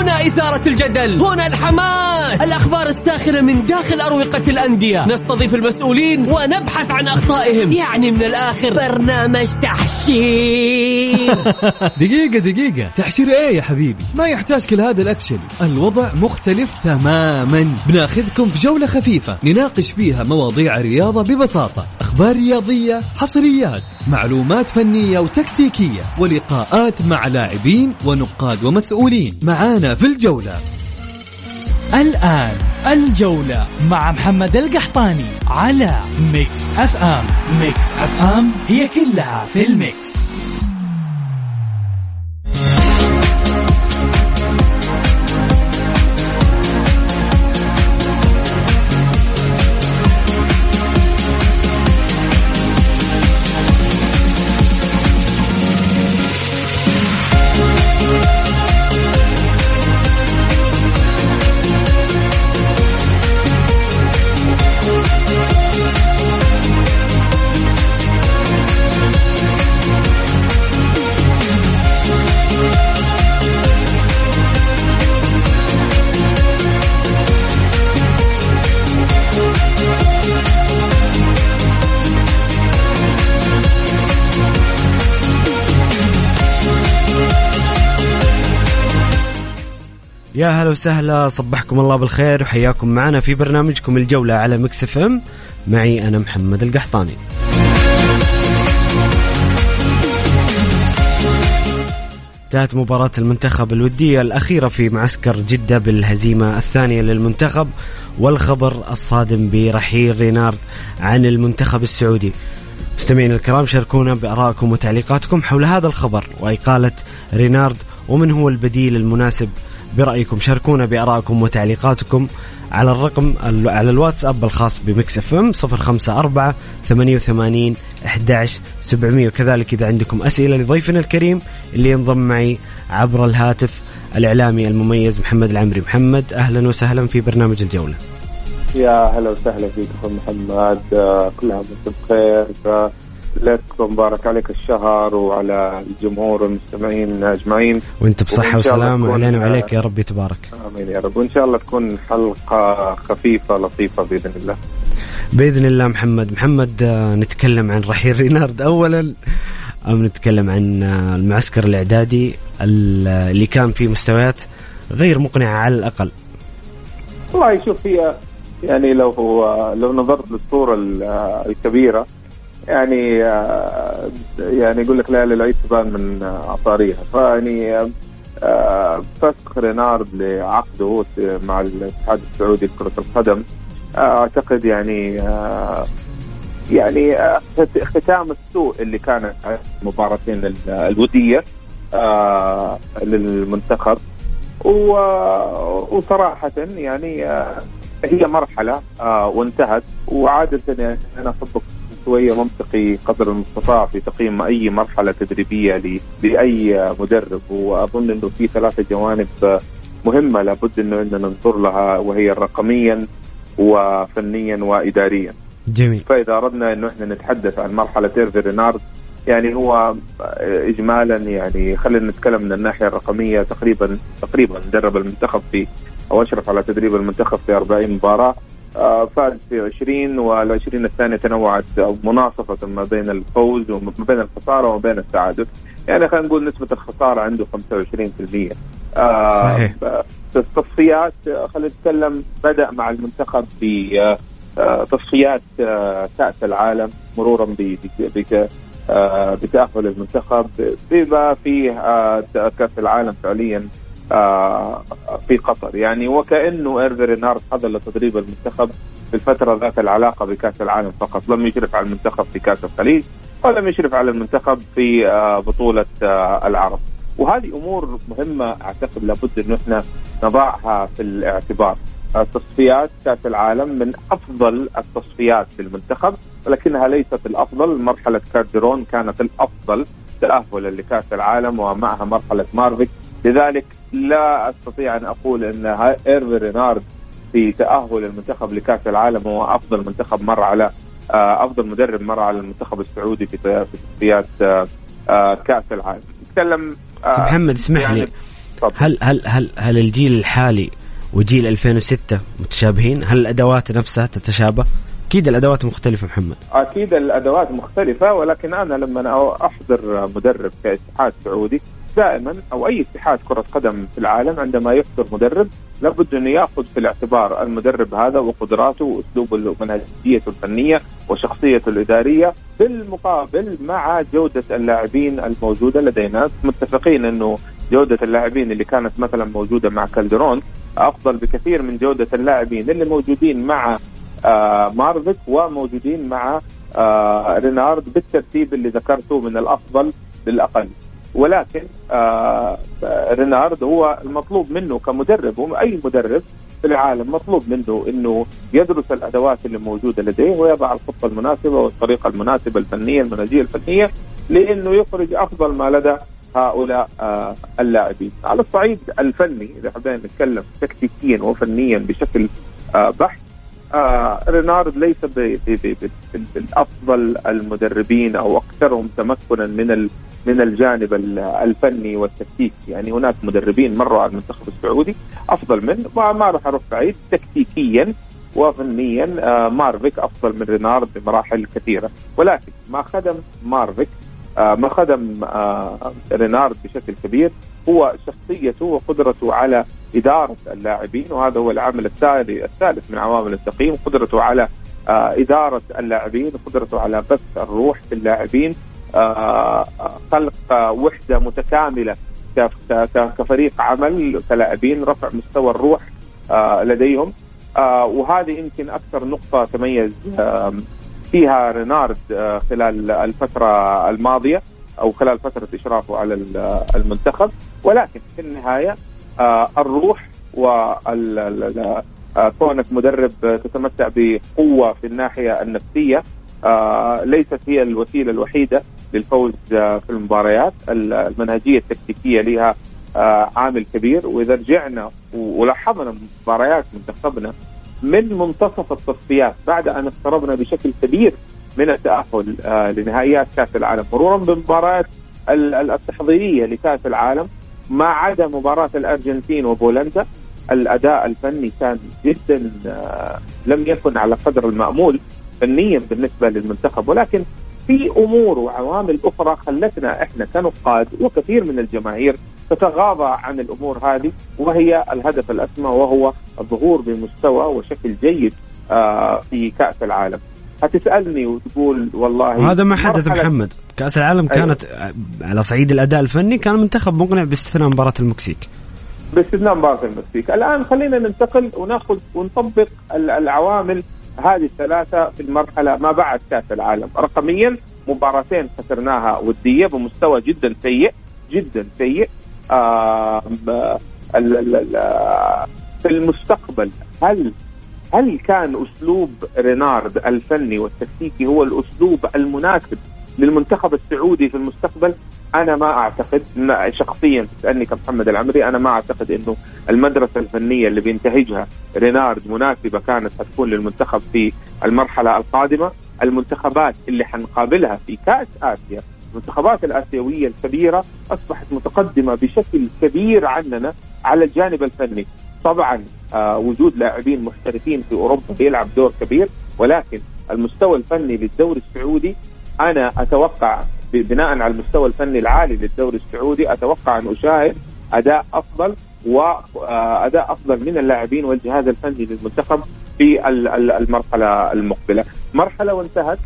هنا إثارة الجدل، هنا الحماس، الأخبار الساخنة من داخل أروقة الأندية، نستضيف المسؤولين ونبحث عن أخطائهم. يعني من الآخر برنامج تحشير. دقيقة تحشير ايه يا حبيبي؟ ما يحتاج كل هذا الأكشن. الوضع مختلف تماما. بناخذكم في جولة خفيفة نناقش فيها مواضيع الرياضة ببساطة، أخبار رياضية، حصريات، معلومات فنية وتكتيكية، ولقاءات مع لاعبين ونقاد ومسؤولين. معانا في الجولة. الآن الجولة مع محمد القحطاني على ميكس اف ام. ميكس اف ام هي كلها في الميكس. يا هلا وسهلا، صبحكم الله بالخير وحياكم معنا في برنامجكم الجولة على ميكس اف ام. معي أنا محمد القحطاني. انتهت مباراة المنتخب الودية الأخيرة في معسكر جدة بالهزيمة الثانية للمنتخب، والخبر الصادم برحيل رينارد عن المنتخب السعودي. مستمعين الكرام، شاركونا بآرائكم وتعليقاتكم حول هذا الخبر وإقالة رينارد، ومن هو البديل المناسب برأيكم. شاركونا بآرائكم وتعليقاتكم على الرقم على الواتساب الخاص بميكس اف ام 0548811700. وكذلك إذا عندكم أسئلة لضيفنا الكريم اللي ينضم معي عبر الهاتف، الإعلامي المميز محمد العمري. محمد، أهلا وسهلا في برنامج الجولة. يا هلا وسهلا فيك أخو محمد، كل عام وانتم بخير لك، ومبارك عليك الشهر وعلى الجمهور والمستمعين أجمعين، وانت بصحة وسلامة علينا وعليك يا رب تبارك. آمين يا رب، وإن شاء الله تكون حلقة خفيفة لطيفة بإذن الله. بإذن الله. محمد نتكلم عن رحيل رينارد أولا، أو نتكلم عن المعسكر الإعدادي اللي كان فيه مستويات غير مقنعة على الأقل؟ والله يشوف هي يعني لو نظرت للصورة الكبيرة، يعني يقول لك لا للعيد تبان من عطاريها. فيعني فسخ رينارد لعقده مع الاتحاد السعودي لكرة القدم أعتقد يعني ختام السوء اللي كانت مباراتين الودية للمنتخب. وصراحة يعني هي مرحلة وانتهت، وعادة يعني أنا أحب شوية منطقي قدر المستطاع في تقييم أي مرحلة تدريبية لأي مدرب، وأظن أنه في 3 جوانب مهمة لابد أنه ننظر لها، وهي رقميا وفنيا وإداريا. جميل. فإذا أردنا أنه إحنا نتحدث عن مرحلة إيرفي رينارد، يعني هو إجمالا يعني خلينا نتكلم من الناحية الرقمية. تقريبا درب المنتخب في أو أشرف على تدريب المنتخب في 40 مباراة، فاز في 20، وال20 الثانية تنوعت أو مناصفة ما بين الفوز وما بين الخسارة وما بين التعادل. يعني خلينا نقول نسبة الخسارة عنده 25%. صحيح. التصفيات خلينا نتكلم، بدأ مع المنتخب في تصفيات كأس العالم، مرورا بتأهل المنتخب بما فيه كأس العالم فعليا في قطر. يعني وكأنه إيرفي رينارد حضر لتدريب المنتخب في الفترة ذات العلاقة بكأس العالم فقط، لم يشرف على المنتخب في كأس الخليج ولم يشرف على المنتخب في بطولة العرب. وهذه أمور مهمة أعتقد لابد أن احنا نضعها في الاعتبار. تصفيات كأس العالم من أفضل التصفيات للمنتخب، ولكنها ليست الأفضل. مرحلة كارديرون كانت الأفضل تأهلا لكأس العالم، ومعها مرحلة مارفيك. لذلك لا أستطيع أن أقول أن إيرفي رينارد في تأهل المنتخب لكأس العالم هو أفضل منتخب مر على أفضل مدرب مر على المنتخب السعودي في تصفيات كأس العالم. نتكلم محمد اسمح لي، هل الجيل الحالي وجيل 2006 متشابهين؟ هل الأدوات نفسها تتشابه؟ أكيد الأدوات مختلفة محمد. أكيد الأدوات مختلفة، ولكن أنا لما أحضر مدرب كاتحاد سعودي دائما أو أي اتحاد كرة قدم في العالم عندما يحضر مدرب لابد أن يأخذ في الاعتبار المدرب هذا وقدراته وأسلوبه ومنهجيته الفنية وشخصيته الإدارية بالمقابل مع جودة اللاعبين الموجودة لدينا. متفقين أنه جودة اللاعبين اللي كانت مثلا موجودة مع كالدرون أفضل بكثير من جودة اللاعبين اللي موجودين مع مارفيك وموجودين مع رينارد بالترتيب اللي ذكرته من الأفضل للأقل. ولكن رينارد هو المطلوب منه كمدرب، وأي مدرب في العالم مطلوب منه أنه يدرس الأدوات اللي موجودة لديه ويضع الخطة المناسبة والطريقة المناسبة الفنية المنهجية الفنية لأنه يخرج أفضل ما لدى هؤلاء اللاعبين. على الصعيد الفني إذا حبينا نتكلم تكتيكيا وفنيا بشكل بحت، رينارد ليس بالأفضل المدربين أو أكثرهم تمكنا من الجانب الفني والتكتيكي. يعني هناك مدربين مروا على المنتخب السعودي أفضل منه، ما راح أروح بعيد تكتيكيا وفنيا مارفيك أفضل من رينارد بمراحل كثيرة، ولكن ما خدم مارفيك ما خدم رينارد بشكل كبير هو شخصيته وقدرته على إدارة اللاعبين، وهذا هو العامل الثالث من عوامل التقييم، قدرته على إدارة اللاعبين وقدرته على بث الروح في اللاعبين، خلق وحدة متكاملة كفريق عمل كلاعبين، رفع مستوى الروح لديهم. وهذه يمكن أكثر نقطة تميز فيها رينارد خلال الفترة الماضية أو خلال فترة إشرافه على المنتخب. ولكن في النهاية الروح وكونك مدرب تتمتع بقوة في الناحية النفسية ليست هي الوسيلة الوحيدة للفوز في المباريات. المنهجية التكتيكية لها عامل كبير، وإذا رجعنا ولاحظنا مباريات منتخبنا من منتصف التصفيات بعد أن اقتربنا بشكل كبير من التأهل لنهائيات كأس العالم مرورا بمباريات التحضيرية لكأس العالم ما عدا مباراة الأرجنتين وبولندا، الأداء الفني كان جدا لم يكن على قدر المأمول فنيا بالنسبة للمنتخب. ولكن في أمور وعوامل أخرى خلتنا إحنا كنقاد وكثير من الجماهير تتغاضى عن الأمور هذه، وهي الهدف الأسمى وهو الظهور بمستوى وشكل جيد في كأس العالم. هتسألني وتقول والله هذا ما حدث محمد. كأس العالم كانت على صعيد الأداء الفني كان منتخب مقنع باستثناء مباراة المكسيك. الآن خلينا ننتقل ونأخذ ونطبق العوامل هذه الثلاثة في المرحلة ما بعد كأس العالم. رقميا مباراتين خسرناها ودية بمستوى جدا سيء جدا سيء. في المستقبل هل كان أسلوب رينارد الفني والتكتيكي هو الأسلوب المناسب للمنتخب السعودي في المستقبل؟ أنا ما أعتقد شخصيا، تسألني كمحمد العمري، أنا ما أعتقد إنه المدرسة الفنية اللي بينتهجها رينارد مناسبة كانت هتكون للمنتخب في المرحلة القادمة. المنتخبات اللي حنقابلها في كأس آسيا، المنتخبات الآسيوية الكبيرة أصبحت متقدمة بشكل كبير عننا على الجانب الفني. طبعا وجود لاعبين محترفين في أوروبا يلعب دور كبير، ولكن المستوى الفني للدوري السعودي أنا أتوقع بناء على المستوى الفني العالي للدوري السعودي أتوقع أن أشاهد أداء أفضل وأداء أفضل من اللاعبين والجهاز الفني للمنتخب في المرحلة المقبلة. مرحلة وانتهت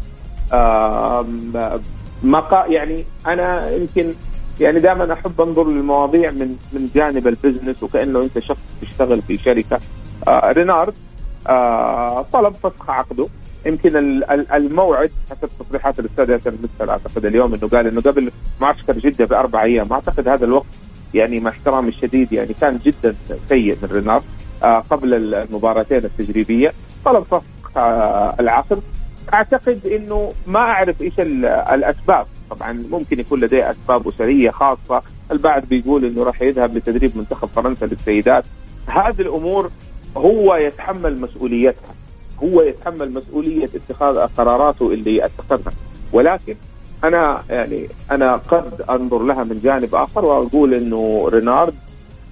يعني أنا يمكن يعني دائما أحب أنظر للمواضيع من جانب البزنس وكأنه أنت شخص تشتغل في شركة. رينارد طلب فسخ عقده، يمكن الموعد حسب تصريحات الأستاذ ياسر المسل أعتقد اليوم إنه قال إنه قبل معسكر جدة ب4 أيام. أعتقد هذا الوقت يعني مع احترامي الشديد يعني كان جدا سيء من رينارد. قبل المباراتين التجريبية طلب فسخ العقد. أعتقد إنه ما أعرف إيش الأسباب، طبعا ممكن يكون لديه أسباب أسرية خاصة، البعض بيقول إنه راح يذهب لتدريب منتخب فرنسا للسيدات. هذه الأمور هو يتحمل مسؤوليتها، هو يتحمل مسؤولية اتخاذ قراراته اللي اتخذها. ولكن أنا قد أنظر لها من جانب آخر وأقول إنه رينارد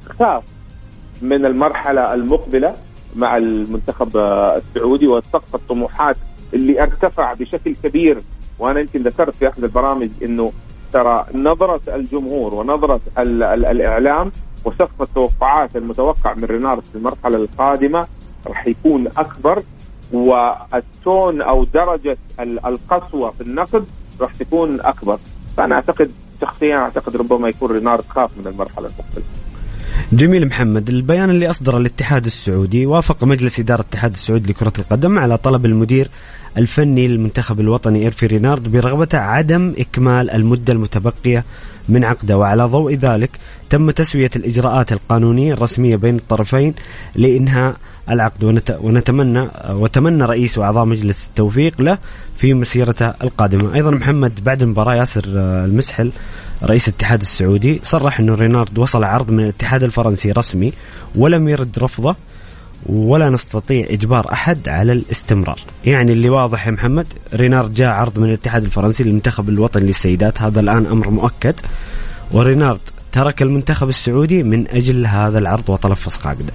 خاف من المرحلة المقبلة مع المنتخب السعودي وسقف الطموحات اللي ارتفع بشكل كبير. وأنا يمكن ذكرت في أحد البرامج إنه ترى نظرة الجمهور ونظرة الإعلام وسقف التوقعات المتوقع من رينارد في المرحلة القادمة راح يكون أكبر، والتون أو درجة القسوة في النقد راح تكون أكبر. فأنا أعتقد شخصيا ربما يكون رينارد خاف من المرحلة المقبلة. جميل محمد. البيان اللي أصدر الاتحاد السعودي: وافق مجلس إدارة الاتحاد السعودي لكرة القدم على طلب المدير الفني للمنتخب الوطني إيرفي رينارد برغبته عدم إكمال المدة المتبقية من عقده، وعلى ضوء ذلك تم تسوية الإجراءات القانونية الرسمية بين الطرفين لإنهاء العقد. وتمنى رئيس وأعضاء مجلس التوفيق له في مسيرته القادمة. أيضا محمد، بعد المباراة ياسر المسحل رئيس الاتحاد السعودي صرح أنه رينارد وصل عرض من الاتحاد الفرنسي رسمي ولم يرد رفضه ولا نستطيع إجبار أحد على الاستمرار. يعني اللي واضح يا محمد، رينارد جاء عرض من الاتحاد الفرنسي للمنتخب الوطني للسيدات، هذا الآن أمر مؤكد، ورينارد ترك المنتخب السعودي من أجل هذا العرض وطلب فسخ عقده.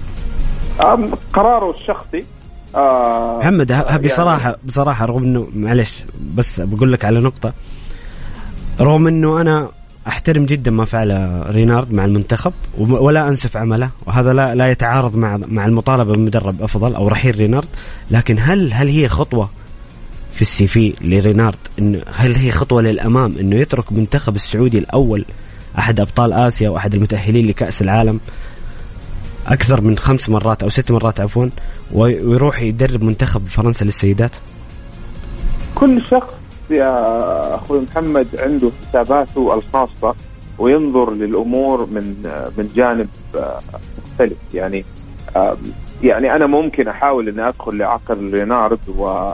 قراره الشخصي محمد. بصراحة رغم أنه معلش بس بقول لك على نقطة، رغم أنه أنا أحترم جدا ما فعل رينارد مع المنتخب ولا أنسف عمله، وهذا لا يتعارض مع المطالبة بمدرب أفضل أو رحيل رينارد، لكن هل هي خطوة في السي في لرينارد؟ إنه هل هي خطوة للأمام إنه يترك منتخب السعودي الأول، أحد أبطال آسيا وأحد المتأهلين لكأس العالم أكثر من 5 مرات أو 6 مرات عفوا، ويروح يدرب منتخب فرنسا للسيدات؟ كل شخص يا أخوي محمد عنده حساباته الخاصة وينظر للأمور من جانب مختلف. يعني أنا ممكن أحاول أن أدخل لعقل رينارد و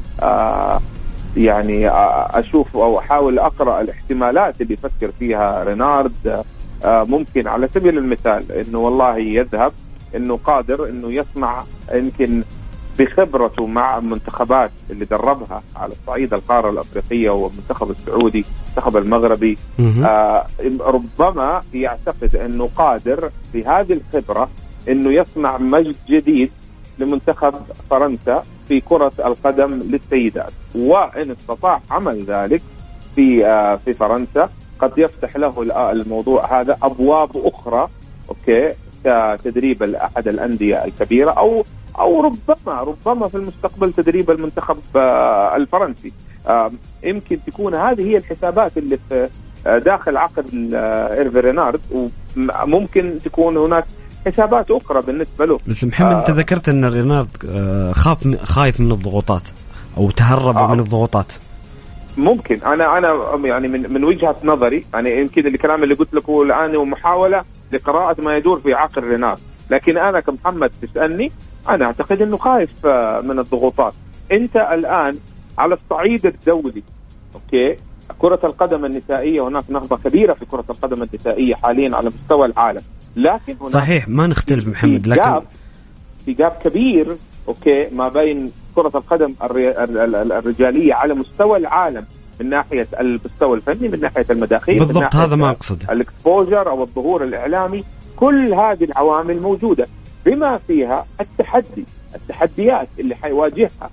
يعني أشوف أو أحاول أقرأ الاحتمالات اللي يفكر فيها رينارد. ممكن على سبيل المثال إنه والله يذهب إنه قادر إنه يصنع يمكن بخبرته مع المنتخبات اللي دربها على الصعيد القارة الأفريقية والمنتخب السعودي المنتخب المغربي، ربما يعتقد أنه قادر بهذه الخبرة أنه يصنع مجد جديد لمنتخب فرنسا في كرة القدم للسيدات، وإن استطاع عمل ذلك في فرنسا قد يفتح له الموضوع هذا أبواب أخرى كتدريب أحد الأندية الكبيرة أو ربما في المستقبل تدريب المنتخب الفرنسي. يمكن تكون هذه هي الحسابات اللي في داخل عقد إيرفي رينارد، وممكن تكون هناك حسابات أخرى بالنسبة له. بس محمد أنت ذكرت أن رينارد خايف من الضغوطات أو تهرب من الضغوطات. ممكن أنا يعني من وجهة نظري، يعني يمكن الكلام اللي قلت لك الآن ومحاولة لقراءة ما يدور في عقل رينارد، لكن أنا كمحمد تسألني أنا أعتقد أنه خايف من الضغوطات. أنت الآن على الصعيد الدولي كرة القدم النسائية هناك نهضة كبيرة في كرة القدم النسائية حاليا على مستوى العالم، لكن صحيح ما نختلف محمد، لكن في جاب كبير ما بين كرة القدم الرجالية على مستوى العالم من ناحية المستوى الفني، من ناحية المداخيل، بالضبط هذا ما أقصد، الإكسبوجر أو الظهور الإعلامي. كل هذه العوامل موجودة بما فيها التحديات اللي حيواجهها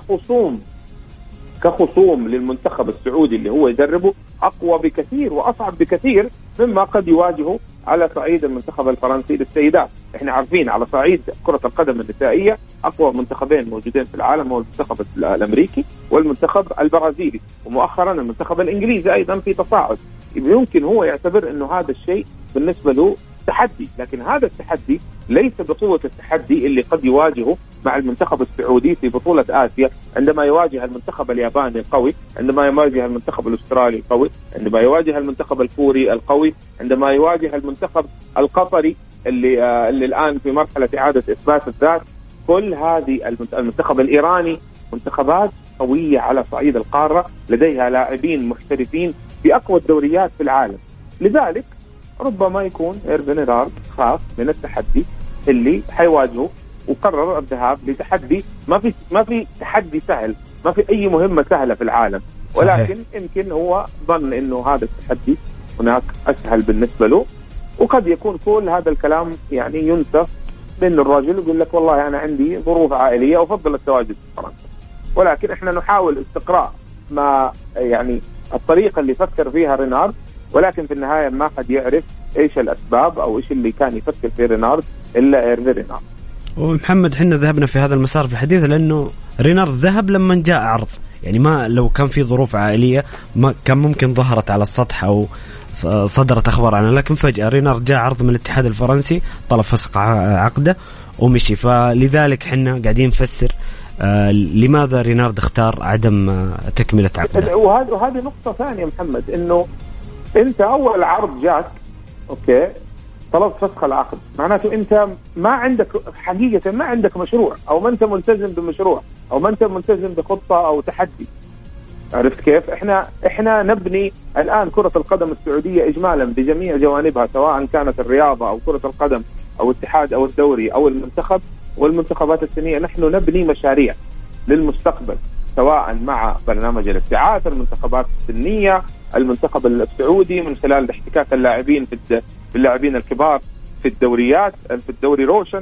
كخصوم للمنتخب السعودي اللي هو يدربه أقوى بكثير وأصعب بكثير مما قد يواجهه على صعيد المنتخب الفرنسي للسيدات. احنا عارفين على صعيد كرة القدم النسائية أقوى منتخبين موجودين في العالم هو المنتخب الأمريكي والمنتخب البرازيلي، ومؤخرا المنتخب الإنجليزي أيضا في تصاعد. يمكن هو يعتبر أنه هذا الشيء بالنسبة له تحدي، لكن هذا التحدي ليس بقوة التحدي اللي قد يواجهه مع المنتخب السعودي في بطولة آسيا، عندما يواجه المنتخب الياباني القوي، عندما يواجه المنتخب الأسترالي القوي، عندما يواجه المنتخب الكوري القوي، عندما يواجه المنتخب القطري اللي الآن في مرحلة إعادة إثبات الذات. كل هذه المنتخب الإيراني منتخبات قوية على صعيد القارة، لديها لاعبين محترفين في أقوى الدوريات في العالم. لذلك ربما يكون إيرفي رينارد خاف من التحدي اللي حيواجهه وقرر الذهاب لتحدي. ما في تحدي سهل، ما في أي مهمة سهلة في العالم، ولكن يمكن هو ظن إنه هذا التحدي هناك أسهل بالنسبة له، وقد يكون كل هذا الكلام يعني ينسف من الرجل يقول لك والله أنا عندي ظروف عائلية أفضل التواجد في فرنسا. ولكن إحنا نحاول استقراء ما يعني الطريقة اللي فكر فيها رينارد، ولكن في النهاية ما حد يعرف إيش الأسباب أو إيش اللي كان يفكر في رينارد إلا إيرفي رينارد. ومحمد حنا ذهبنا في هذا المسار في الحديث لأنه رينارد ذهب لما جاء عرض، يعني ما لو كان في ظروف عائلية ما كان ممكن ظهرت على السطح أو صدرت أخبار عنها، لكن فجأة رينارد جاء عرض من الاتحاد الفرنسي طلب فسخ عقده ومشي. فلذلك حنا قاعدين نفسر لماذا رينارد اختار عدم تكملة عقده. وهذه نقطة ثانية محمد، إنه أنت أول عرض جاك أوكي طلب فسخ العقد، معناته أنت ما عندك حقيقة ما عندك مشروع، أو ما أنت ملتزم بمشروع، أو ما أنت ملتزم بخطة أو تحدي. عرفت كيف؟ إحنا نبني الآن كرة القدم السعودية إجمالا بجميع جوانبها، سواء كانت الرياضة أو كرة القدم أو الاتحاد أو الدوري أو المنتخب والمنتخبات السنية. نحن نبني مشاريع للمستقبل، سواء مع برنامج الابتعاث، المنتخبات السنية، المنتخب السعودي من خلال احتكاك اللاعبين باللاعبين الكبار في الدوريات، في الدوري روشن.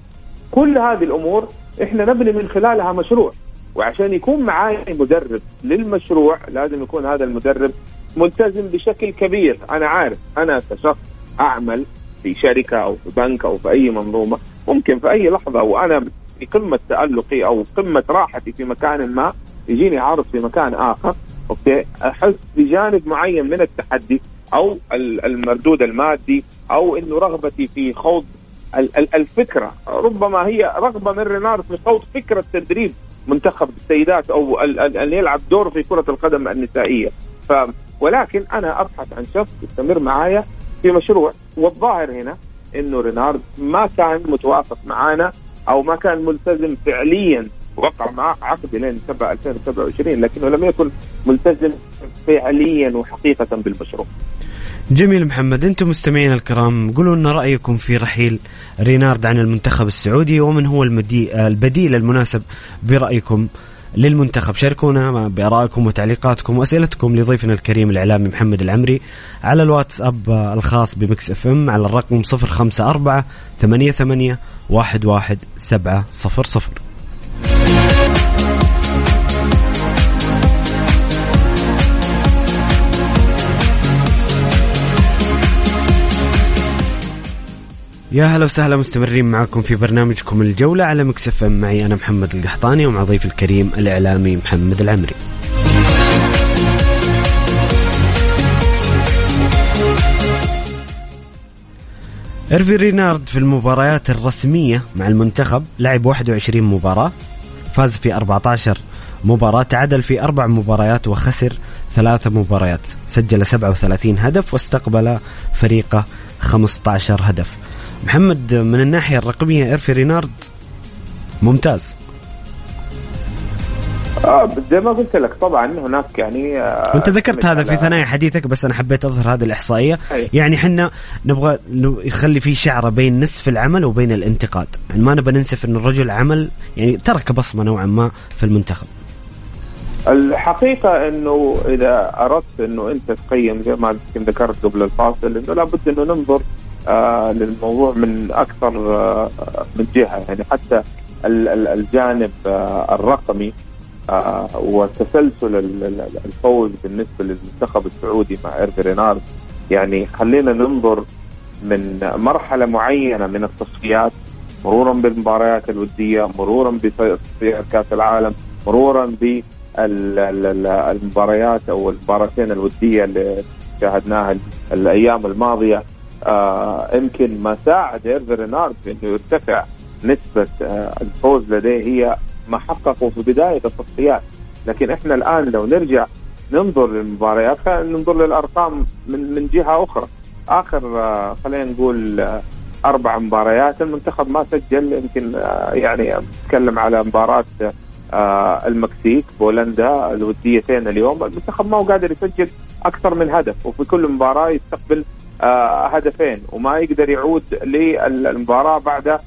كل هذه الأمور إحنا نبني من خلالها مشروع، وعشان يكون معاي مدرب للمشروع لازم يكون هذا المدرب ملتزم بشكل كبير. أنا عارف أنا كشخص أعمل في شركة أو في بنك أو في أي منظومة، ممكن في أي لحظة وأنا في قمة تألقي أو قمة راحتي في مكان ما يجيني عرض في مكان آخر أوكي، أحس بجانب معين من التحدي أو المردود المادي، أو إنه رغبتي في خوض الفكرة. ربما هي رغبة من رينارد في خوض فكرة تدريب منتخب السيدات أو أن يلعب دور في كرة القدم النسائية. ولكن أنا أبحث عن شخص يستمر معايا في مشروع، والظاهر هنا إنه رينارد ما كان متوافق معانا أو ما كان ملتزم فعليا. وقع مع عقد لين 2027 لكنه لم يكن ملتزم فعليا وحقيقة بالمشروع. جميل محمد، أنتم مستمعين الكرام قولوا لنا رأيكم في رحيل رينارد عن المنتخب السعودي، ومن هو البديل المناسب برأيكم للمنتخب. شاركونا بآرائكم وتعليقاتكم وأسئلتكم لضيفنا الكريم الإعلامي محمد العمري على الواتساب الخاص بمكس اف ام على الرقم 0548811700. يا هلا وسهلا، مستمرين معكم في برنامجكم الجولة على مكس اف ام، معي أنا محمد القحطاني ومع ضيف الكريم الإعلامي محمد العمري. إيرفي رينارد في المباريات الرسمية مع المنتخب لعب 21 مباراة، فاز في 14 مباراة، تعادل في 4 مباريات وخسر 3 مباريات، سجل 37 هدف واستقبل فريقه 15 هدف. محمد، من الناحية الرقمية إيرفي رينارد ممتاز. زي ما قلت لك طبعا هناك يعني وانت ذكرت هذا في ثنايا حديثك، بس انا حبيت اظهر هذه الاحصائيه. يعني حنا نبغى يخلي في شعره بين نصف العمل وبين الانتقاد، يعني ما نبغى ننسف ان الرجل عمل يعني ترك بصمه نوعا ما في المنتخب. الحقيقه انه اذا اردت انه انت تقيم زي ما ذكرت قبل الفاصل انه لابد انه ننظر للموضوع من اكثر من جهه، يعني حتى الجانب الرقمي وتسلسل الفوز بالنسبة للمنتخب السعودي مع إيرفي رينارد. يعني خلينا ننظر من مرحلة معينة من التصفيات، مرورا بالمباريات الودية، مرورا بتصفيات كأس العالم، مرورا بالمباريات أو المباراتين الودية اللي شاهدناها الأيام الماضية. يمكن ما ساعد إيرفي رينارد في أنه يرتفع نسبة الفوز لديه هي ما حققوا في بداية التصفيات. لكن احنا الآن لو نرجع ننظر للمباريات، ننظر للأرقام من جهة أخرى. آخر خلينا نقول 4 مباريات المنتخب ما سجل، يمكن يعني نتكلم على مباراة المكسيك، بولندا، الوديتين اليوم، المنتخب ما هو قادر يسجل أكثر من هدف، وفي كل مباراة يستقبل هدفين وما يقدر يعود للمباراة بعد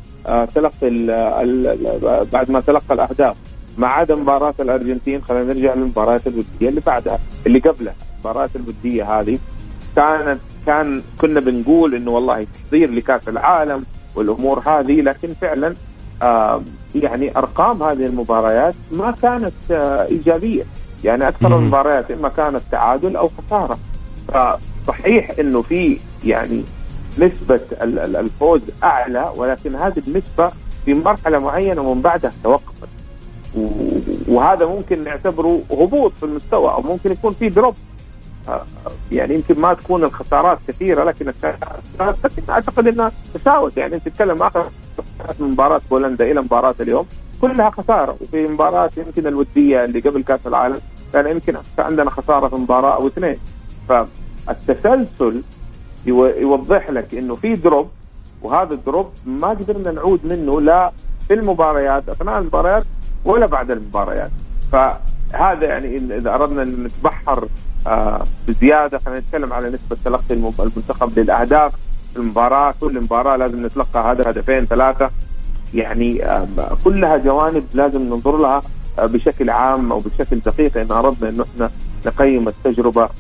بعد ما تلقى الأهداف، ما عدا مباراة الأرجنتين. خلينا نرجع للمباراة الودية اللي بعدها اللي قبلها. المباراة الودية هذه كنا بنقول إنه والله تحضير لكأس العالم والأمور هذه، لكن فعلا يعني أرقام هذه المباريات ما كانت إيجابية. يعني أكثر المباريات إما كانت تعادل أو خسارة. فصحيح إنه في يعني نسبة الفوز أعلى، ولكن هذه النسبة في مرحلة معينة ومن بعدها توقفت، وهذا ممكن نعتبره هبوط في المستوى، أو ممكن يكون في دروب. يعني يمكن ما تكون الخسارات كثيرة، لكن أعتقد أنها تساوت. يعني أنت تتكلم آخر من مباراة بولندا إلى مباراة اليوم كلها خسارة، وفي مباراة يمكن الودية اللي قبل كأس العالم كان يمكن عندنا خسارة في مباراة أو اثنين. فالتسلسل يوضح لك إنه في دروب، وهذا الدروب ما قدرنا نعود منه لا في المباريات أثناء المباريات ولا بعد المباريات. فهذا يعني إذا أردنا أن نتبحر بزيادة، خلينا نتكلم على نسبة تلقي المنتخب للأهداف في المباراة. كل مباراة لازم نتلقى هدفين 3، يعني كلها جوانب لازم ننظر لها بشكل عام أو بشكل دقيق إن أردنا أن احنا نقيم التجربة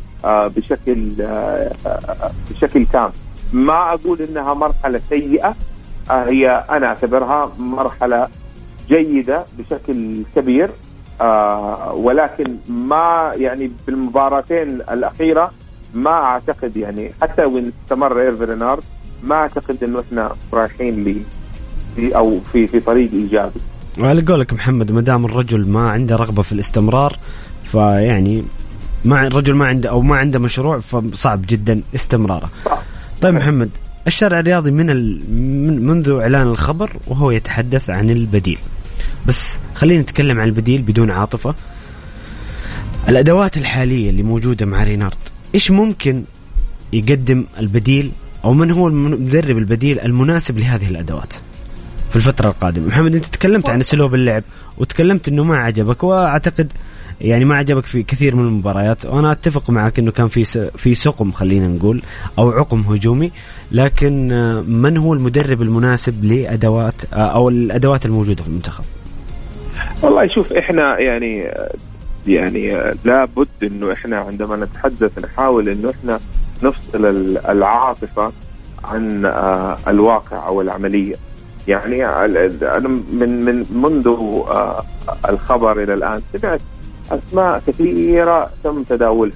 بشكل كامل. ما أقول إنها مرحلة سيئة، هي أنا أعتبرها مرحلة جيدة بشكل كبير، ولكن ما يعني بالمباراتين الأخيرة ما أعتقد يعني حتى وإن استمر إيرفي رينارد ما أعتقد إنه إحنا رايحين أو في طريق إيجابي. وعلى قولك محمد، ما دام الرجل ما عنده رغبة في الاستمرار، فيعني الرجل ما عنده مشروع، فصعب جدا استمراره. طيب محمد، الشارع الرياضي منذ إعلان الخبر وهو يتحدث عن البديل، بس خلينا نتكلم عن البديل بدون عاطفة. الأدوات الحالية اللي موجودة مع رينارد، إيش ممكن يقدم البديل، أو من هو المدرب البديل المناسب لهذه الأدوات في الفترة القادمة؟ محمد، أنت تكلمت عن أسلوب اللعب وتكلمت أنه ما عجبك، وأعتقد يعني ما عجبك في كثير من المباريات، وأنا أتفق معك أنه كان في سقم خلينا نقول أو عقم هجومي، لكن من هو المدرب المناسب لأدوات أو الأدوات الموجودة في المنتخب؟ والله شوف، إحنا يعني لابد إنه إحنا عندما نتحدث نحاول إنه إحنا نفصل العاطفة عن الواقع أو العملية. يعني أنا من منذ الخبر إلى الآن سمعت أسماء كثيرة تم تداولها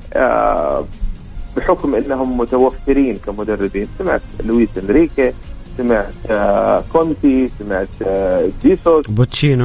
بحكم أنهم متوفرين كمدربين. سمعت لويس إنريكي، سمعت كونتي، سمعت جيسوس، بوتشينو،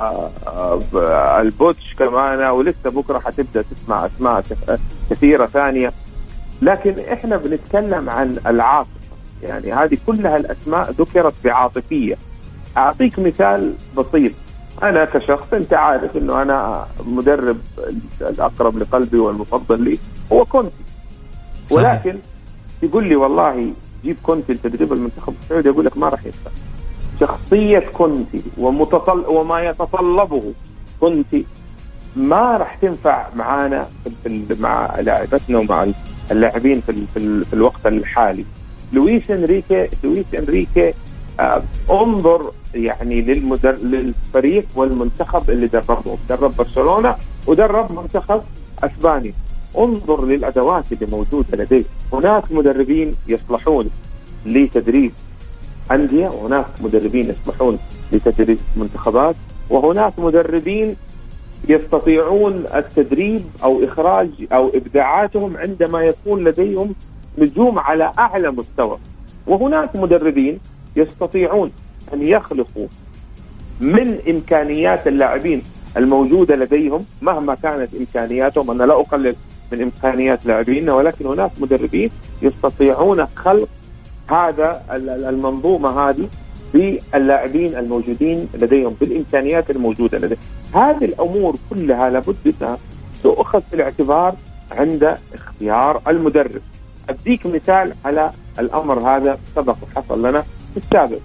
البوتش كمان، ولسه بكرة حتبدأ تسمع أسماء كثيرة ثانية. لكن إحنا بنتكلم عن العاطفة، يعني هذه كلها الأسماء ذكرت بعاطفية. أعطيك مثال بسيط، أنا كشخص أنت عارف أنه أنا مدرب الأقرب لقلبي والمفضل لي هو كونتي، ولكن يقول لي والله جيب كونتي لتدريب المنتخب السعودي، أقول لك ما راح ينفع. شخصية كونتي وما يتطلبه كونتي ما راح تنفع معانا مع لاعبتنا ومع اللاعبين في الوقت الحالي. لويس إنريكي انظر يعني للفريق والمنتخب اللي درب برشلونة ودرب منتخب أسبانيا. انظر للأدوات اللي موجودة لديه. هناك مدربين يصلحون لتدريب أندية، وهناك مدربين يصلحون لتدريب منتخبات، وهناك مدربين يستطيعون التدريب أو إخراج أو إبداعاتهم عندما يكون لديهم نجوم على أعلى مستوى، وهناك مدربين يستطيعون أن يخلقوا من إمكانيات اللاعبين الموجودة لديهم مهما كانت إمكانياتهم. أنا لا أقلل من إمكانيات لاعبين، ولكن هناك مدربين يستطيعون خلق هذا المنظومة هذه باللاعبين الموجودين لديهم، بالإمكانيات الموجودة لديهم. هذه الأمور كلها لابد أنها تؤخذ في الاعتبار عند اختيار المدرب. أديك مثال على الأمر هذا سبق وحصل لنا في السابق.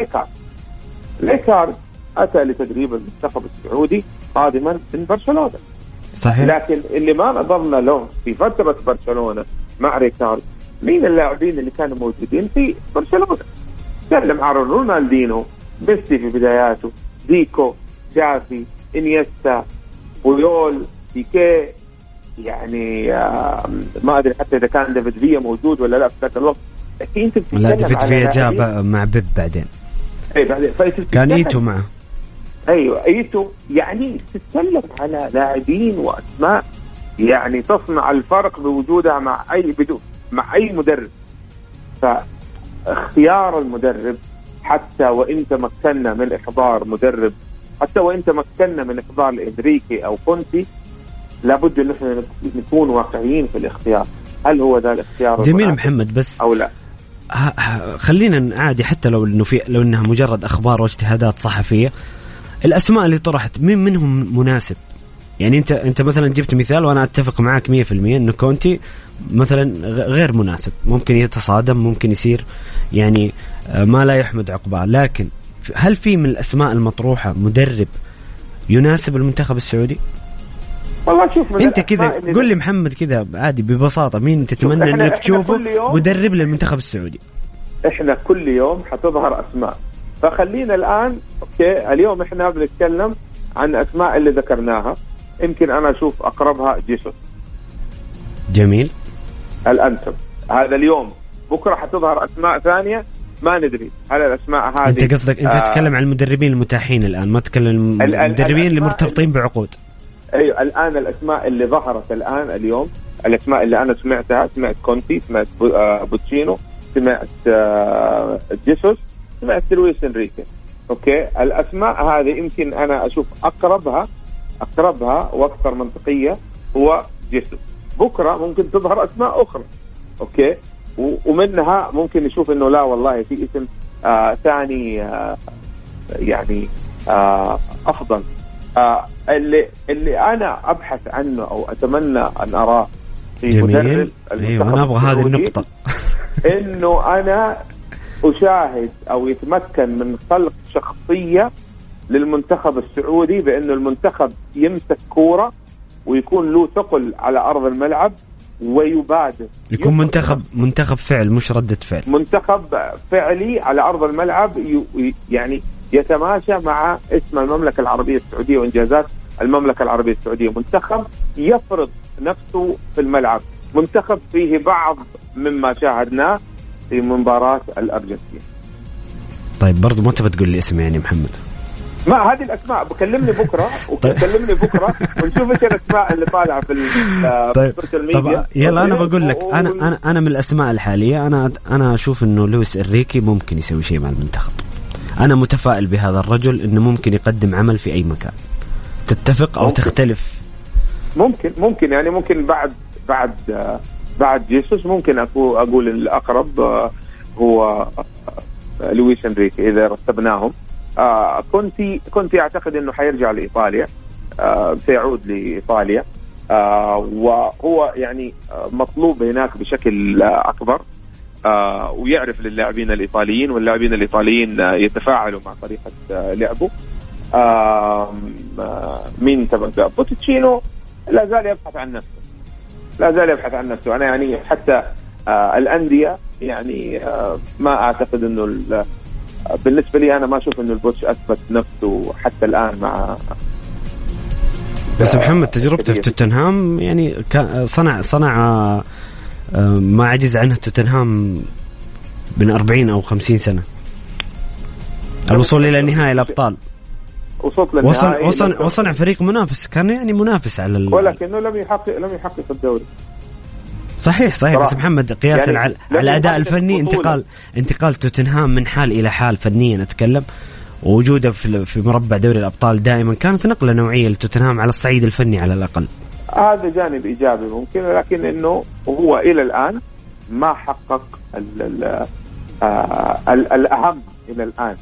ريكارد أتى لتدريب المنتخب السعودي قادما من برشلونة، صحيح. لكن اللي ما نظرنا له في فترة برشلونة مع ريكارد مين اللاعبين اللي كانوا موجودين في برشلونة. تكلم عن رونالدينو، ميسي في بداياته، ديكو، جافي، إنيستا، بويول، بيكيه، يعني ما ادري حتى اذا كان ديفيد فيا موجود ولا لا في ذاك الوقت. انت لا ديفيد فيا جاء مع بيب بعدين. اي بعدين كان ايتو معه. ايوه ايتو. يعني تتكلم على لاعبين واسماء يعني تصنع الفرق بوجودها مع اي مدرب. فاختيار المدرب حتى وان تمكنا من احضار مدرب، حتى وان تمكنا من احضار الانريكي او كونتي، لابد ان احنا نكون واقعيين في الاختيار. هل هو ذا الاختيار جميل محمد بس او لا؟ خلينا عادي حتى لو انها مجرد اخبار واجتهادات صحفيه. الاسماء اللي طرحت مين منهم مناسب؟ يعني انت مثلا جبت مثال وانا اتفق معك 100% انه كونتي مثلا غير مناسب، ممكن يتصادم، ممكن يصير يعني ما لا يحمد عقباه. لكن هل في من الاسماء المطروحه مدرب يناسب المنتخب السعودي؟ والله شوف انت كذا قل لي محمد كذا عادي ببساطه مين تتمنى انك تشوفه مدرب للمنتخب السعودي؟ احنا كل يوم حتظهر اسماء، فخلينا الان اوكي اليوم احنا بنتكلم عن اسماء اللي ذكرناها. يمكن انا اشوف اقربها جيسوس. جميل. الانتم هذا اليوم، بكره حتظهر اسماء ثانيه ما ندري هل الاسماء هذه. انت قصدك انت تتكلم عن المدربين المتاحين الان، ما تتكلم المدربين اللي مرتبطين بعقود. ايوه الان الاسماء اللي ظهرت الان اليوم، الاسماء اللي انا سمعتها، سمعت كونتي، سمعت بوتشينو، سمعت جيسوس، سمعت لويس انريكي. اوكي الاسماء هذه يمكن انا اشوف اقربها واكثر منطقيه هو جيسوس. بكره ممكن تظهر اسماء اخرى اوكي، ومنها ممكن نشوف انه لا والله في اسم ثاني يعني افضل. اللي انا ابحث عنه او اتمنى ان اراه في مدرب ايوه انا ابغى هذه النقطه انه انا اشاهد او يتمكن من خلق شخصيه للمنتخب السعودي، بانه المنتخب يمسك كوره ويكون له ثقل على ارض الملعب ويبادر، يكون منتخب فعل مش ردة فعل، منتخب فعلي على ارض الملعب يعني يتماشى مع اسم المملكة العربية السعودية وإنجازات المملكة العربية السعودية. منتخب يفرض نفسه في الملعب، منتخب فيه بعض مما شاهدناه في مباراة الأرجنتين. طيب برضو ما تبى تقول لي اسم يعني محمد؟ ما هذه الأسماء بكلمني بكرة وكلمني بكرة ونشوف ايش الأسماء اللي طالعة في السوشيال ميديا. طيب يلا أنا بقول لك أنا من الأسماء الحالية أنا أشوف إنه لويس إنريكي ممكن يسوي شيء مع المنتخب. أنا متفائل بهذا الرجل إنه ممكن يقدم عمل في أي مكان. تتفق أو تختلف؟ ممكن يعني ممكن بعد جيسوس ممكن أقول الأقرب هو لويس إنريكي إذا رتبناهم. كنت أعتقد إنه حيرجع لإيطاليا، سيعود لإيطاليا، وهو يعني مطلوب هناك بشكل أكبر، ويعرف للاعبين الإيطاليين، واللاعبين الإيطاليين يتفاعلوا مع طريقة لعبه. مين تبقى؟ بوتشينو لا زال يبحث عن نفسه. أنا يعني حتى الأندية يعني ما أعتقد إنه بالنسبة لي أنا ما أشوف إنه البوتش أثبت نفسه حتى الآن مع. بس محمد تجربته في توتنهام يعني صنع ما عجز عنه توتنهام من 40 أو 50 سنة، الوصول إلى نهائي الأبطال، وصنع فريق منافس، كان يعني منافس على ولكنه لم يحقق الدوري. صحيح بس محمد قياسا يعني على الأداء الفني انتقال توتنهام من حال إلى حال فنيا أتكلم، ووجوده في مربع دوري الأبطال دائما كانت نقلة نوعية لتوتنهام على الصعيد الفني على الأقل. هذا جانب إيجابي ممكن، لكن إنه هو إلى الآن ما حقق الأهم إلى الآن.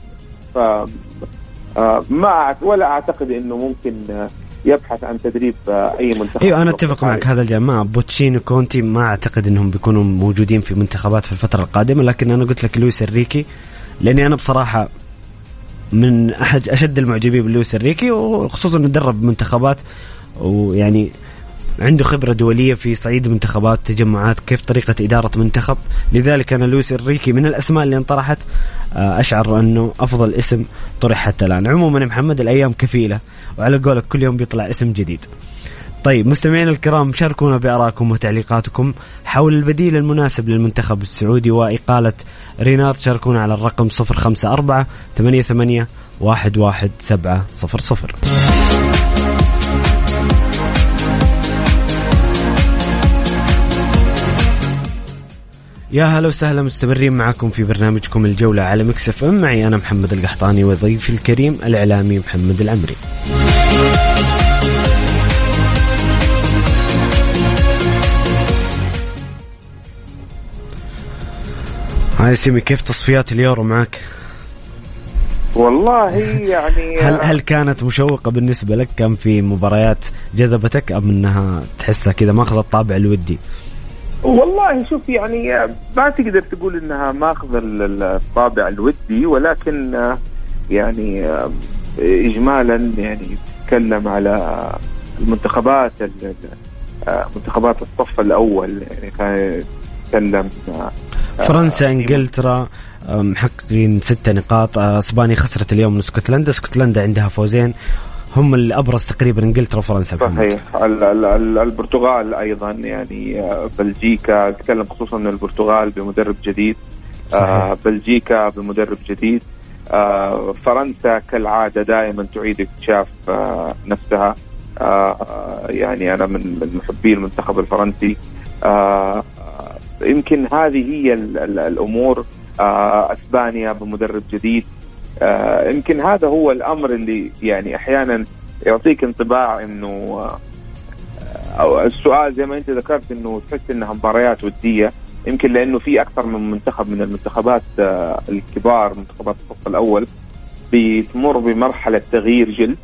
ولا أعتقد إنه ممكن يبحث عن تدريب أي منتخب. أيوة أنا أتفق معك هذا الجماعة بوتشينو كونتي ما أعتقد إنهم بيكونوا موجودين في منتخبات في الفترة القادمة، لكن أنا قلت لك لويس إنريكي لأني أنا بصراحة من أشد المعجبين بلويس إنريكي، وخصوصا إنه درب منتخبات ويعني عنده خبرة دولية في صعيد منتخبات، تجمعات، كيف طريقة إدارة منتخب. لذلك أنا لويس إنريكي من الأسماء اللي انطرحت أشعر أنه أفضل اسم طرح حتى الآن. عموما محمد الأيام كفيلة، وعلى قولك كل يوم بيطلع اسم جديد. طيب مستمعين الكرام، شاركونا بآرائكم وتعليقاتكم حول البديل المناسب للمنتخب السعودي وإقالة رينارد. شاركونا على الرقم 0548811700. يا هلا وسهلا، مستمرين معكم في برنامجكم الجولة على ميكس اف ام. معي أنا محمد القحطاني وضيفي الكريم الإعلامي محمد العمري. هاي سيمي، كيف تصفيات اليورو معك؟ والله يعني هل كانت مشوقة بالنسبة لك؟ كان في مباريات جذبتك أم أنها تحسها كذا ما أخذت الطابع الودي؟ والله شوف، يعني ما تقدر تقول انها ماخذ الطابع الودي، ولكن يعني اجمالا يعني تكلم على المنتخبات، منتخبات الصف الاول. يعني كان يتكلم فرنسا، انجلترا محققين 6 نقاط. اسبانيا خسرت اليوم من اسكتلندا عندها فوزين، هم اللي أبرز تقريبا انجلترا وفرنسا. صحيح. البرتغال أيضا، يعني بلجيكا، تكلم خصوصا أن البرتغال بمدرب جديد. بلجيكا بمدرب جديد. فرنسا كالعادة دائما تعيد اكتشاف نفسها. يعني أنا من محبي المنتخب الفرنسي. يمكن هذه هي الأمور. أسبانيا بمدرب جديد. يمكن هذا هو الأمر اللي يعني أحيانا يعطيك انطباع إنه أو السؤال زي ما أنت ذكرت إنه تحس إنها مباريات ودية، يمكن لأنه في أكثر من منتخب من المنتخبات الكبار، منتخبات الصف الأول، بتمر بمرحلة تغيير جلد.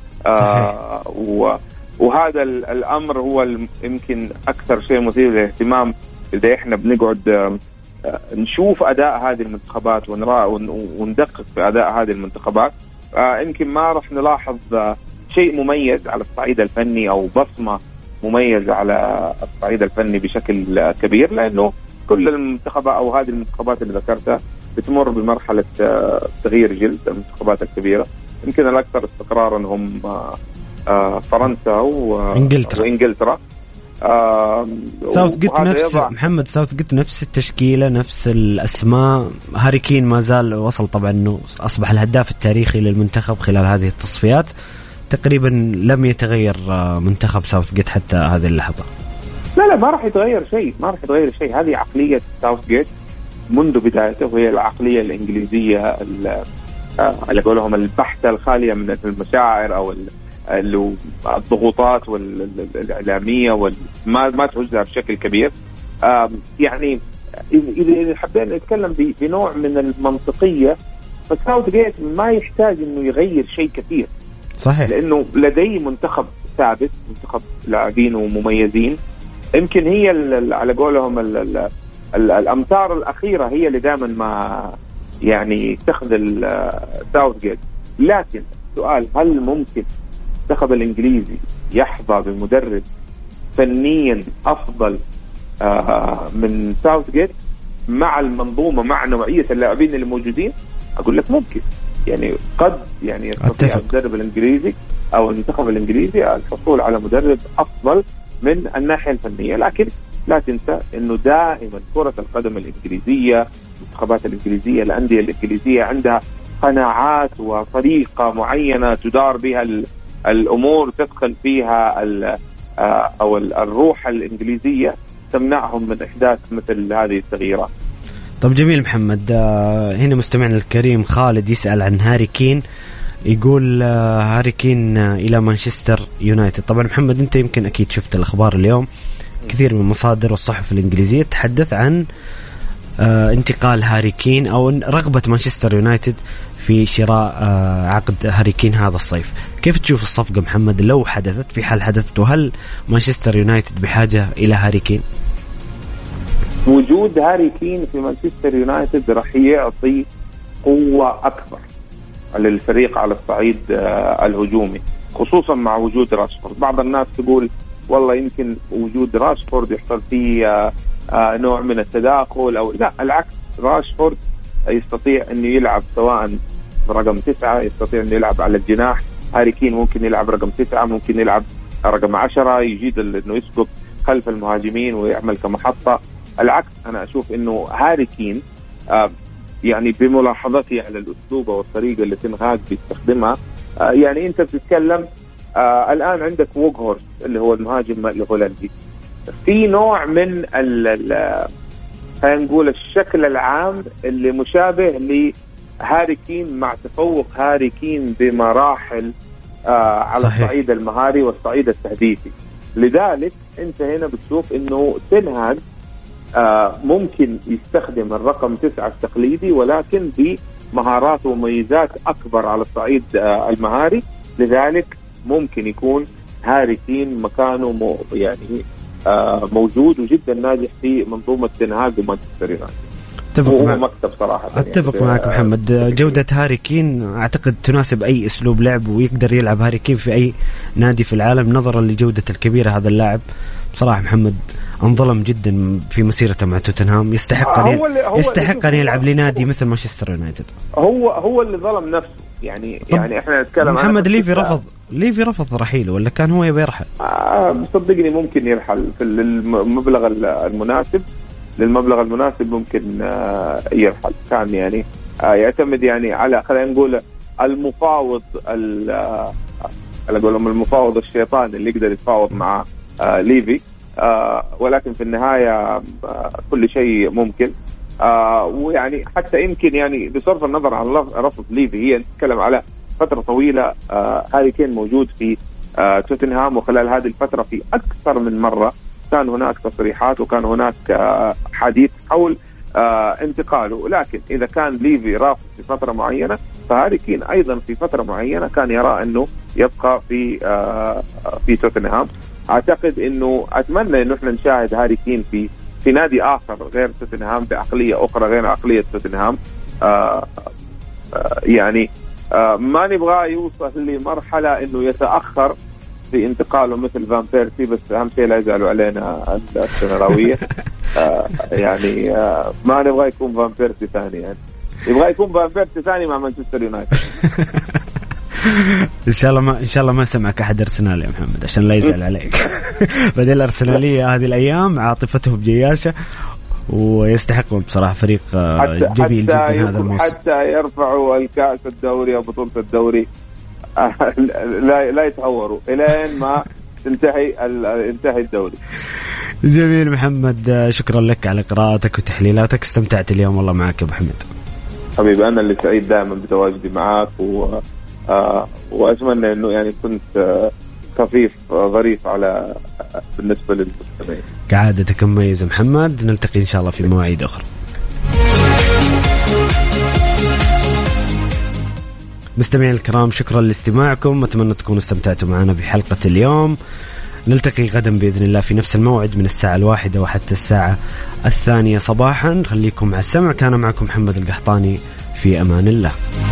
وهذا الأمر هو يمكن أكثر شيء مثير للاهتمام إذا إحنا بنقعد نشوف أداء هذه المنتخبات وندقق في أداء هذه المنتخبات. يمكن ما رح نلاحظ شيء مميز على الصعيد الفني أو بصمة مميزة على الصعيد الفني بشكل كبير، لأنه كل المنتخبات أو هذه المنتخبات اللي ذكرتها بتمر بمرحلة تغيير جلد. المنتخبات الكبيرة يمكن الأكثر استقرارا هم فرنسا وإنجلترا. ساوث جيت نفس محمد، ساوث جيت نفس التشكيلة، نفس الأسماء. هاري كين ما زال وصل، طبعا أنه أصبح الهداف التاريخي للمنتخب خلال هذه التصفيات. تقريبا لم يتغير منتخب ساوث جيت حتى هذه اللحظة. لا ما راح يتغير شيء، هذه عقلية ساوث جيت منذ بدايته، وهي العقلية الإنجليزية على قولهم البحتة الخالية من المشاعر أو الضغوطات والإعلامية ما تهزها بشكل كبير. يعني إذا حبينا نتكلم بنوع من المنطقية، فساوث جيت ما يحتاج إنه يغير شيء كثير. صحيح. لأنه لديه منتخب ثابت، منتخب لاعبين ومميزين. يمكن هي على قولهم الأمتار الأخيرة هي اللي دائما ما يعني تخذل ساوث جيت. لكن سؤال، هل ممكن المنتخب الإنجليزي يحظى بمدرب فنيا أفضل من ساوث جيت مع المنظومة، مع نوعية اللاعبين اللي موجودين؟ أقول لك ممكن. يعني قد يعني يستطيع المدرب الإنجليزي أو المنتخب الإنجليزي الحصول على مدرب أفضل من الناحية الفنية. لكن لا تنسى أنه دائما كرة القدم الإنجليزية، المنتخبات الإنجليزية، الأندية الإنجليزية عندها قناعات وطريقة معينة تدار بها الأمور، تدخل فيها أو الروح الإنجليزية تمنعهم من إحداث مثل هذه التغييرات. طب جميل محمد. هنا مستمعنا الكريم خالد يسأل عن هاري كين، يقول هاري كين إلى مانشستر يونايتد. طبعا محمد أنت يمكن أكيد شفت الأخبار اليوم، كثير من المصادر والصحف الإنجليزية تحدث عن انتقال هاري كين أو رغبة مانشستر يونايتد في شراء عقد هاري كين هذا الصيف. كيف تشوف الصفقة محمد لو حدثت، في حال حدثت، وهل مانشستر يونايتد بحاجة إلى هاري كين؟ وجود هاري كين في مانشستر يونايتد راح يعطي قوة أكبر للفريق على الصعيد الهجومي، خصوصا مع وجود راشفورد. بعض الناس تقول والله يمكن وجود راشفورد يحصل فيه نوع من التداخل أو لا، العكس. راشفورد يستطيع أنه يلعب سواء رقم 9، يستطيع أنه يلعب على الجناح. هاري كين ممكن يلعب رقم 9، ممكن يلعب رقم 10 يجيد انه يسقط خلف المهاجمين ويعمل كمحطة. العكس أنا أشوف إنه هاري كين يعني بملاحظتي على الأسلوب والطريقة اللي تين هاغ بيستخدمها، يعني أنت بتتكلم الآن عندك ووغهورست اللي هو المهاجم الهولندي، في نوع من خلينا نقول الشكل العام اللي مشابه لهاري كين مع تفوق هاري كين بمراحل على صحيح. الصعيد المهاري والصعيد التهديفي. لذلك أنت هنا بتشوف إنه تين هاغ ممكن يستخدم الرقم 9 التقليدي ولكن بمهارات وميزات أكبر على الصعيد المهاري. لذلك ممكن يكون هاري كين مكانه يعني موجود وجدا ناجح في منظومة تين هاغ ومانشستر يونايتد. هو مكتب صراحة. أتفق يعني معك محمد. جودة هاري كين أعتقد تناسب أي أسلوب لعب، ويقدر يلعب هاري كين في أي نادي في العالم نظرا لجودة الكبيرة. هذا اللاعب بصراحة محمد انظلم جدا في مسيرته مع توتنهام، يستحق أن يلعب لنادي مثل مانشستر يونايتد. هو اللي ظلم نفسه يعني احنا نتكلم محمد ليفي رفض رحيله ولا كان هو يبي يرحل؟ صدقني ممكن يرحل في المبلغ المناسب، للمبلغ المناسب ممكن يرحل. كان يعني يعتمد يعني على خلينا نقول المفاوض الشيطان اللي يقدر يتفاوض مع ليفي، ولكن في النهاية كل شيء ممكن. ويعني حتى يمكن يعني بصرف النظر عن رفض ليفي، هي نتكلم على فترة طويلة هاري كين موجود في توتنهام، وخلال هذه الفترة في أكثر من مرة كان هناك تصريحات وكان هناك حديث حول انتقاله. لكن إذا كان ليفي رافض في فترة معينة، فهاري كين أيضا في فترة معينة كان يرى أنه يبقى في توتنهام. أعتقد أنه أتمنى أنه إحنا نشاهد هاري كين في نادي آخر غير توتنهام، بعقلية أخرى غير عقلية توتنهام. يعني ما نبغى يوصل لمرحلة أنه يتأخر في انتقاله مثل فان بيرسي، بس أهم شيء لا يزعلوا علينا السنراوية. يعني ما نبغى يكون فان بيرسي ثاني، يعني يبغى يكون فان بيرسي ثاني مع مانشستر يونايتد. ان شاء الله ما سمعك احد ارسنال يا محمد عشان لا يزعل عليك. بدل الارسناليه هذه الايام عاطفتهم جياشه ويستحقون بصراحه، فريق جميل جدا هذا الموسم. حتى يرفعوا الكاس الدوري او بطوله الدوري لا يتهوروا الين ما ينتهي الدوري. جميل محمد، شكرا لك على قراءتك وتحليلاتك، استمتعت اليوم والله معك يا ابو حميد. حبيبي انا اللي سعيد دائما بتواجدي معك، وأتمنى أنه يعني كنت خفيف ظريف على بالنسبة للمستمعين. كعادتك مميز محمد، نلتقي إن شاء الله في مواعيد أخرى. مستمعين الكرام، شكرا لاستماعكم، أتمنى تكونوا استمتعتوا معنا بحلقة اليوم. نلتقي غدا بإذن الله في نفس الموعد من الساعة 1 وحتى الساعة 2 صباحا. خليكم على السمع، كان معكم محمد القحطاني، في أمان الله.